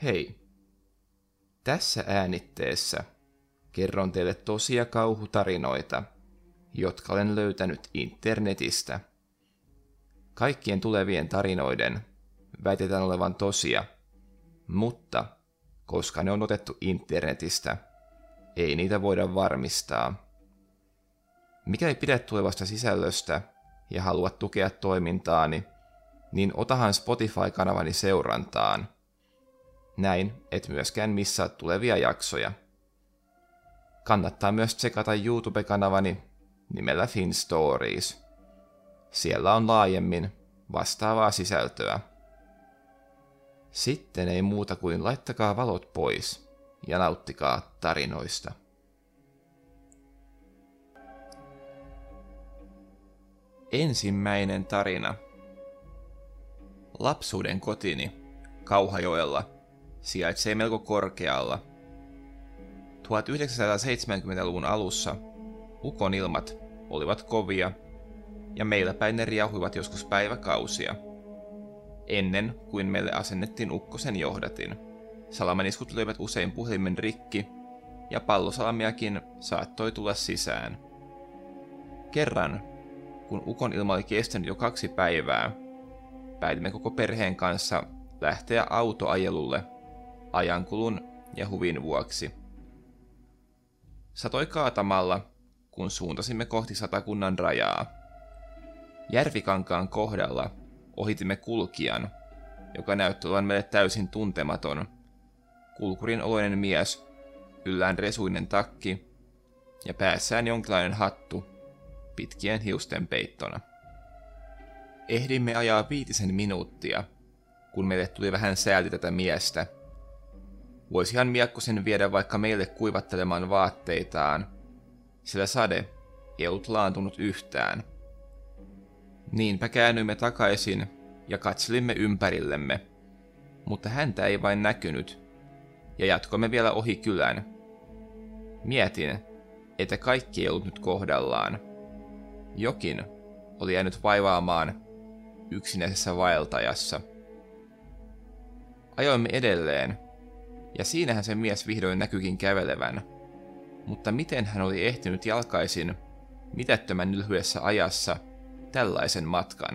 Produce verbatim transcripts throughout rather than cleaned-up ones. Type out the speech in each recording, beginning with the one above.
Hei! Tässä äänitteessä kerron teille tosia kauhutarinoita, jotka olen löytänyt internetistä. Kaikkien tulevien tarinoiden väitetään olevan tosia, mutta koska ne on otettu internetistä, ei niitä voida varmistaa. Mikäli pidät tulevasta sisällöstä ja haluat tukea toimintaani, niin otahan Spotify-kanavani seurantaan. Näin et myöskään missaa tulevia jaksoja. Kannattaa myös tsekata YouTube-kanavani nimellä FinStories. Siellä on laajemmin vastaavaa sisältöä. Sitten ei muuta kuin laittakaa valot pois ja nauttikaa tarinoista. Ensimmäinen tarina. Lapsuuden kotini Kauhajoella sijaitsee melko korkealla. tuhatyhdeksänsataaseitsemänkymmentäluvun alussa ukonilmat olivat kovia ja meillä päin ne riahuivat joskus päiväkausia. Ennen kuin meille asennettiin ukkosen johdatin, salamaniskut löivät usein puhelimen rikki ja pallosalamiakin saattoi tulla sisään. Kerran, kun ukonilma oli kestänyt jo kaksi päivää, päätimme koko perheen kanssa lähteä autoajelulle ajankulun ja huvin vuoksi. Satoi kaatamalla, kun suuntasimme kohti Satakunnan rajaa. Järvikankaan kohdalla ohitimme kulkijan, joka näytti olevan meille täysin tuntematon, kulkurin oloinen mies, yllään resuinen takki ja päässään jonkinlainen hattu pitkien hiusten peittona. Ehdimme ajaa viitisen minuuttia, kun meille tuli vähän säälti tätä miestä. Voisihan Miekkosen viedä vaikka meille kuivattelemaan vaatteitaan, sillä sade ei ollut laantunut yhtään. Niinpä käännyimme takaisin ja katselimme ympärillemme, mutta häntä ei vain näkynyt, ja jatkoimme vielä ohi kylän. Mietin, että kaikki ei ollut nyt kohdallaan. Jokin oli jäänyt vaivaamaan yksinäisessä vaeltajassa. Ajoimme edelleen, ja siinähän se mies vihdoin näkyikin kävelevän. Mutta miten hän oli ehtinyt jalkaisin mitättömän lyhyessä ajassa tällaisen matkan?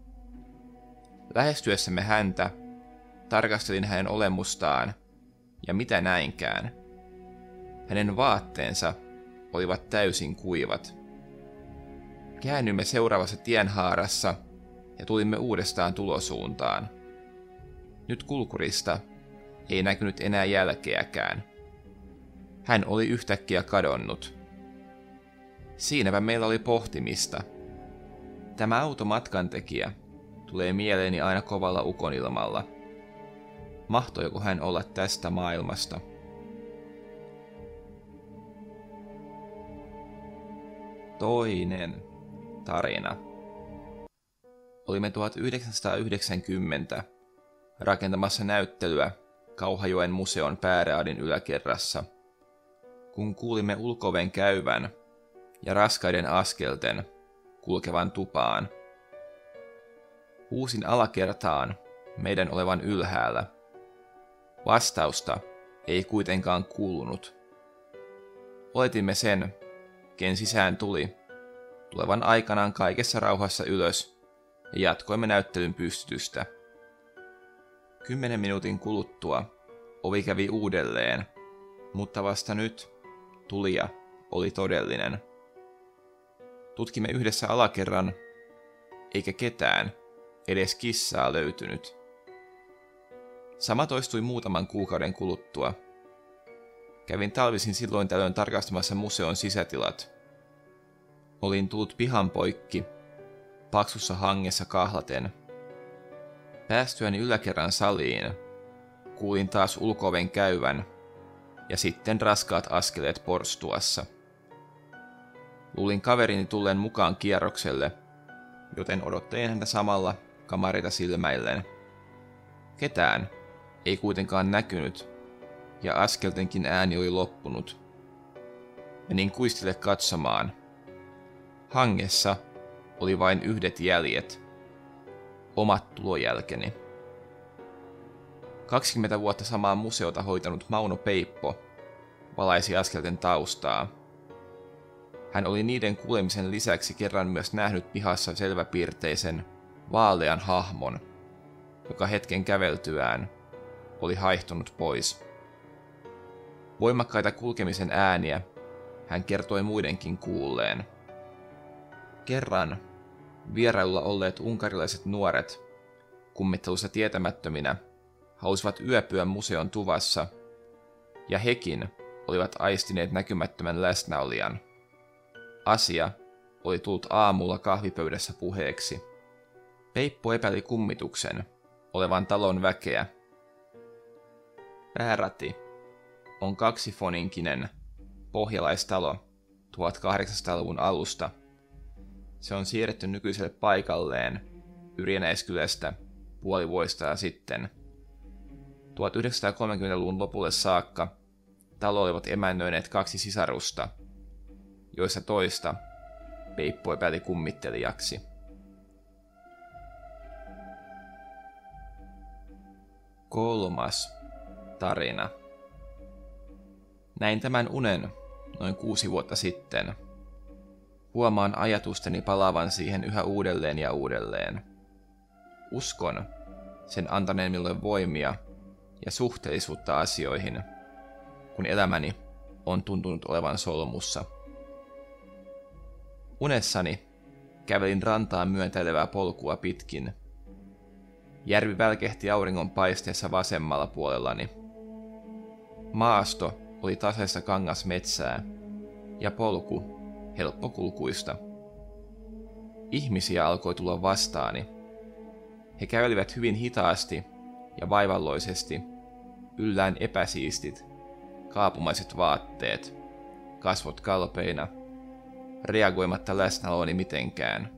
Lähestyessämme häntä tarkastelin hänen olemustaan, ja mitä näinkään. Hänen vaatteensa olivat täysin kuivat. Käännymme seuraavassa tienhaarassa ja tulimme uudestaan tulosuuntaan. Nyt kulkurista ei näkynyt enää jälkeäkään. Hän oli yhtäkkiä kadonnut. Siinäpä meillä oli pohtimista. Tämä automatkantekijä tulee mieleeni aina kovalla ukonilmalla. Mahtoiko hän olla tästä maailmasta? Toinen tarina. Olimme tuhatyhdeksänsataayhdeksänkymmentä rakentamassa näyttelyä Kauhajoen museon pääraadin yläkerrassa, kun kuulimme ulko-oven käyvän ja raskaiden askelten kulkevan tupaan. Huusin alakertaan meidän olevan ylhäällä. Vastausta ei kuitenkaan kuulunut. Oletimme sen, ken sisään tuli, tulevan aikanaan kaikessa rauhassa ylös ja jatkoimme näyttelyn pystytystä. Kymmenen minuutin kuluttua ovi kävi uudelleen, mutta vasta nyt tulija oli todellinen. Tutkimme yhdessä alakerran, eikä ketään, edes kissaa löytynyt. Sama toistui muutaman kuukauden kuluttua. Kävin talvisin silloin tällöin tarkastamassa museon sisätilat. Olin tullut pihan poikki, paksussa hangessa kahlaten. Päästyäni yläkerran saliin, kuulin taas ulko-oven käyvän ja sitten raskaat askeleet porstuassa. Luulin kaverini tulleen mukaan kierrokselle, joten odottelin häntä samalla kamarita silmäillen. Ketään ei kuitenkaan näkynyt, ja askeltenkin ääni oli loppunut. Menin kuistille katsomaan. Hangessa oli vain yhdet jäljet. Omat tulojälkeni. kaksikymmentä vuotta samaa museota hoitanut Mauno Peippo valaisi askelten taustaa. Hän oli niiden kuulemisen lisäksi kerran myös nähnyt pihassa selväpiirteisen, vaalean hahmon, joka hetken käveltyään oli haihtunut pois. Voimakkaita kulkemisen ääniä hän kertoi muidenkin kuulleen. Kerran vierailulla olleet unkarilaiset nuoret, kummittelussa tietämättöminä, halusivat yöpyä museon tuvassa, ja hekin olivat aistineet näkymättömän läsnäolijan. Asia oli tullut aamulla kahvipöydässä puheeksi. Peippo epäili kummituksen olevan talon väkeä. Päärati on kaksifoninkinen pohjalaistalo tuhatkahdeksansataaluvun alusta. Se on siirretty nykyiselle paikalleen Yrjänäiskylästä puoli vuotta sitten. tuhatyhdeksänsataakolmekymmentäluvun lopulle saakka talo olivat emännöineet kaksi sisarusta, joista toista Peippo epäili kummittelijaksi. Kolmas tarina. Näin tämän unen noin kuusi vuotta sitten. Huomaan ajatusteni palaavan siihen yhä uudelleen ja uudelleen. Uskon sen antaneen minulle voimia ja suhteellisuutta asioihin, kun elämäni on tuntunut olevan solmussa. Unessani kävelin rantaan myöntäilevää polkua pitkin. Järvi välkehti auringon paisteessa vasemmalla puolellani. Maasto oli tasaista kangasmetsää ja polku helppokulkuista. Ihmisiä alkoi tulla vastaani. He kävelivät hyvin hitaasti ja vaivalloisesti, yllään epäsiistit, kaapumaiset vaatteet, kasvot kalpeina, reagoimatta läsnäolooni mitenkään.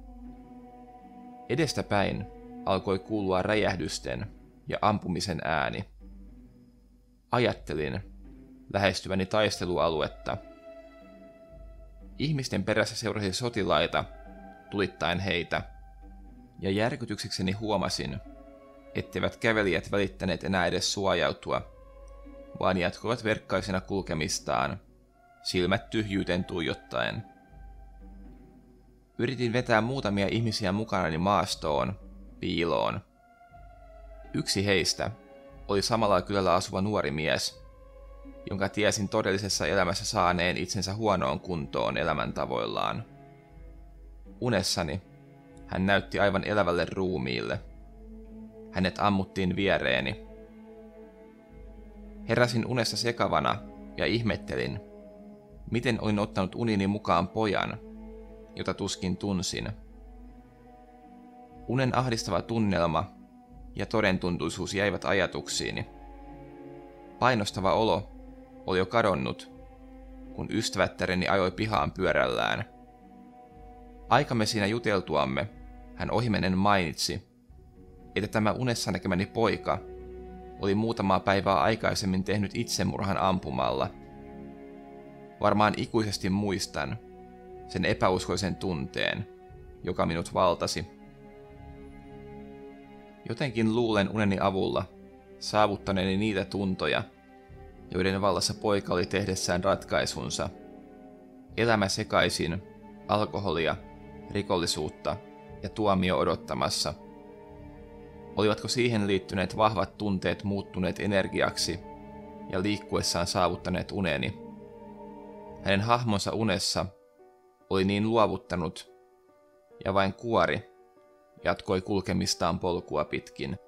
Edestäpäin alkoi kuulua räjähdysten ja ampumisen ääni. Ajattelin lähestyväni taistelualuetta. Ihmisten perässä seurasi sotilaita, tulittaen heitä, ja järkytyksekseni huomasin, etteivät kävelijät välittäneet enää edes suojautua, vaan jatkoivat verkkaisena kulkemistaan, silmät tyhjyyteen tuijottaen. Yritin vetää muutamia ihmisiä mukanani maastoon, piiloon. Yksi heistä oli samalla kylällä asuva nuori mies, jonka tiesin todellisessa elämässä saaneen itsensä huonoon kuntoon elämäntavoillaan. Unessani hän näytti aivan elävälle ruumiille. Hänet ammuttiin viereeni. Heräsin unessa sekavana ja ihmettelin, miten olin ottanut unini mukaan pojan, jota tuskin tunsin. Unen ahdistava tunnelma ja todentuntuisuus jäivät ajatuksiini. Painostava olo oli jo kadonnut, kun ystävättäreni ajoi pihaan pyörällään. Aikamme siinä juteltuamme hän ohimennen mainitsi, että tämä unessa näkemäni poika oli muutamaa päivää aikaisemmin tehnyt itsemurhan ampumalla. Varmaan ikuisesti muistan sen epäuskoisen tunteen, joka minut valtasi. Jotenkin luulen uneni avulla saavuttaneeni niitä tuntoja, joiden vallassa poika oli tehdessään ratkaisunsa. Elämä sekaisin, alkoholia, rikollisuutta ja tuomio odottamassa. Olivatko siihen liittyneet vahvat tunteet muuttuneet energiaksi ja liikkuessaan saavuttaneet uneni? Hänen hahmonsa unessa oli niin luovuttanut, ja vain kuori jatkoi kulkemistaan polkua pitkin.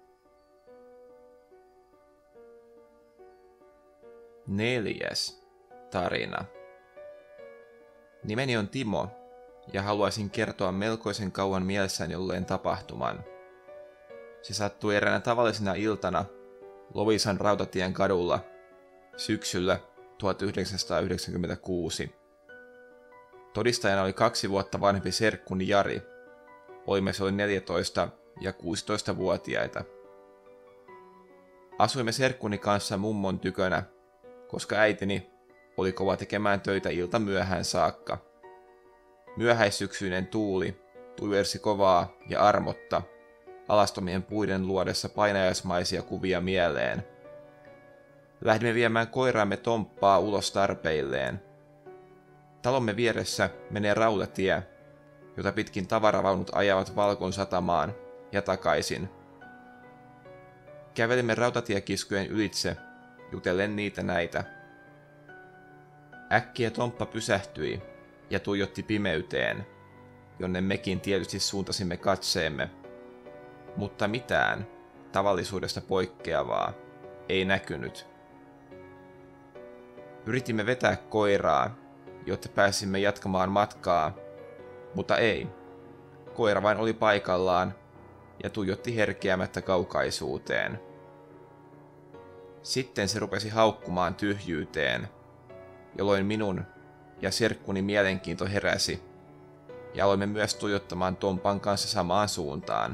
Neljäs tarina. Nimeni on Timo, ja haluaisin kertoa melkoisen kauan mielessäni olleen tapahtuman. Se sattui eräänä tavallisena iltana Loviisan Rautatien kadulla syksyllä tuhatyhdeksänsataayhdeksänkymmentäkuusi. Todistajana oli kaksi vuotta vanhempi serkkuni Jari. Olimme silloin neljätoista- ja kuusitoistavuotiaita. Asuimme serkkuni kanssa mummon tykönä, koska äitini oli kova tekemään töitä ilta myöhään saakka. Myöhäissyksyinen tuuli tuiversi kovaa ja armotta alastomien puiden luodessa painajaismaisia kuvia mieleen. Lähdimme viemään koiraamme Tomppaa ulos tarpeilleen. Talomme vieressä menee rautatie, jota pitkin tavaravaunut ajavat Valkon satamaan ja takaisin. Kävelimme rautatiekiskojen ylitse, jutellen niitä näitä. Äkkiä Tomppa pysähtyi ja tuijotti pimeyteen, jonne mekin tietysti suuntasimme katseemme. Mutta mitään tavallisuudesta poikkeavaa ei näkynyt. Yritimme vetää koiraa, jotta pääsimme jatkamaan matkaa, mutta ei. Koira vain oli paikallaan ja tuijotti herkeämättä kaukaisuuteen. Sitten se rupesi haukkumaan tyhjyyteen, jolloin minun ja serkkuni mielenkiinto heräsi, ja aloimme myös tuijottamaan Tompan kanssa samaan suuntaan.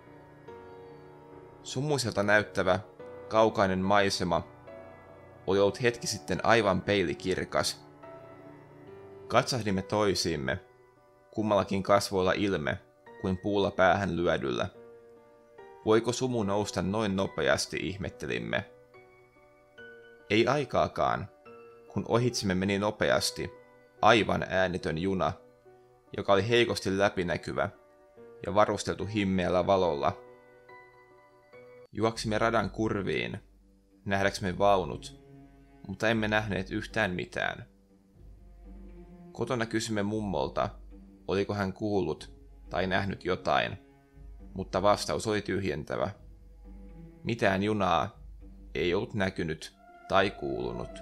Sumuiselta näyttävä, kaukainen maisema oli ollut hetki sitten aivan peilikirkas. Katsahdimme toisiimme, kummallakin kasvoilla ilme kuin puulla päähän lyödyllä. Voiko sumu nousta noin nopeasti, ihmettelimme. Ei aikaakaan, kun ohitsimme meni nopeasti, aivan äänetön juna, joka oli heikosti läpinäkyvä ja varusteltu himmeällä valolla. Juoksimme radan kurviin, nähdäksemme vaunut, mutta emme nähneet yhtään mitään. Kotona kysymme mummolta, oliko hän kuullut tai nähnyt jotain, mutta vastaus oli tyhjentävä. Mitään junaa ei ollut näkynyt tai kuulunut.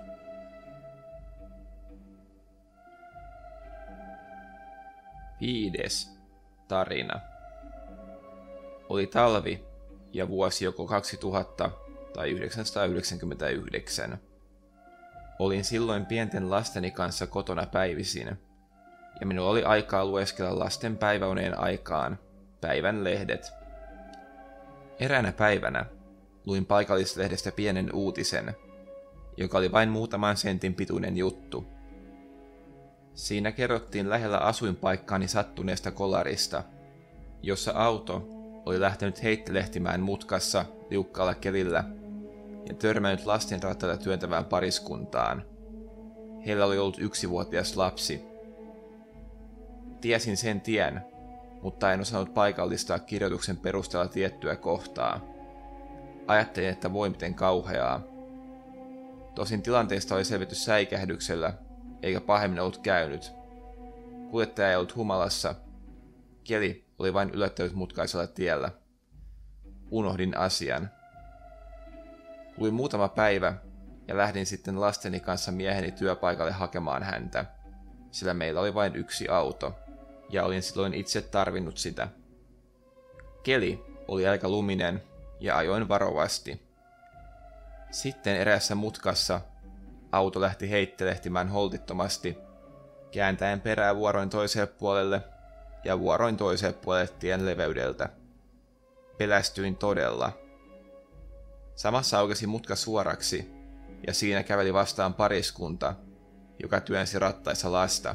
Viides tarina. Oli talvi ja vuosi joko kaksituhatta tai yhdeksänsataayhdeksänkymmentäyhdeksän. Olin silloin pienten lasteni kanssa kotona päivisin, ja minulla oli aikaa lueskella lasten päiväuneen aikaan päivän lehdet. Eräänä päivänä luin paikallislehdestä pienen uutisen, joka oli vain muutaman sentin pituinen juttu. Siinä kerrottiin lähellä asuinpaikkaani sattuneesta kolarista, jossa auto oli lähtenyt heittelehtimään mutkassa liukkaalla kelillä ja törmännyt lastenrattaita työntävään pariskuntaan. Heillä oli ollut yksivuotias lapsi. Tiesin sen tien, mutta en osannut paikallistaa kirjoituksen perusteella tiettyä kohtaa. Ajattelin, että voi miten kauheaa. Tosin tilanteesta oli selvitty säikähdyksellä, eikä pahemmin ollut käynyt. Kuljettaja ei ollut humalassa. Keli oli vain yllättänyt mutkaisella tiellä. Unohdin asian. Kului muutama päivä ja lähdin sitten lasteni kanssa mieheni työpaikalle hakemaan häntä, sillä meillä oli vain yksi auto, ja olin silloin itse tarvinnut sitä. Keli oli aika luminen ja ajoin varovasti. Sitten eräässä mutkassa auto lähti heittelehtimään holtittomasti, kääntäen perää vuoroin toiselle puolelle ja vuoroin toiselle puolelle tien leveydeltä. Pelästyin todella. Samassa aukesi mutka suoraksi, ja siinä käveli vastaan pariskunta, joka työnsi rattaissa lasta.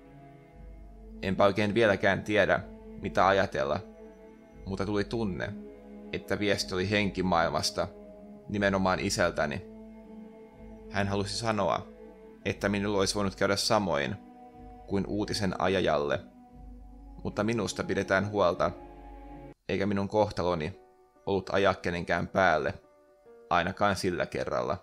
Enpä oikein vieläkään tiedä, mitä ajatella, mutta tuli tunne, että viesti oli henkimaailmasta, nimenomaan isältäni. Hän halusi sanoa, että minulla olisi voinut käydä samoin kuin uutisen ajajalle, mutta minusta pidetään huolta, eikä minun kohtaloni ollut ajaa kenenkään päälle, ainakaan sillä kerralla.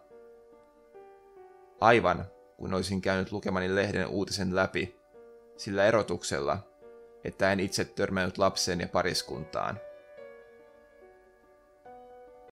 Aivan kun olisin käynyt lukemani lehden uutisen läpi, sillä erotuksella, että en itse törmännyt lapseen ja pariskuntaan.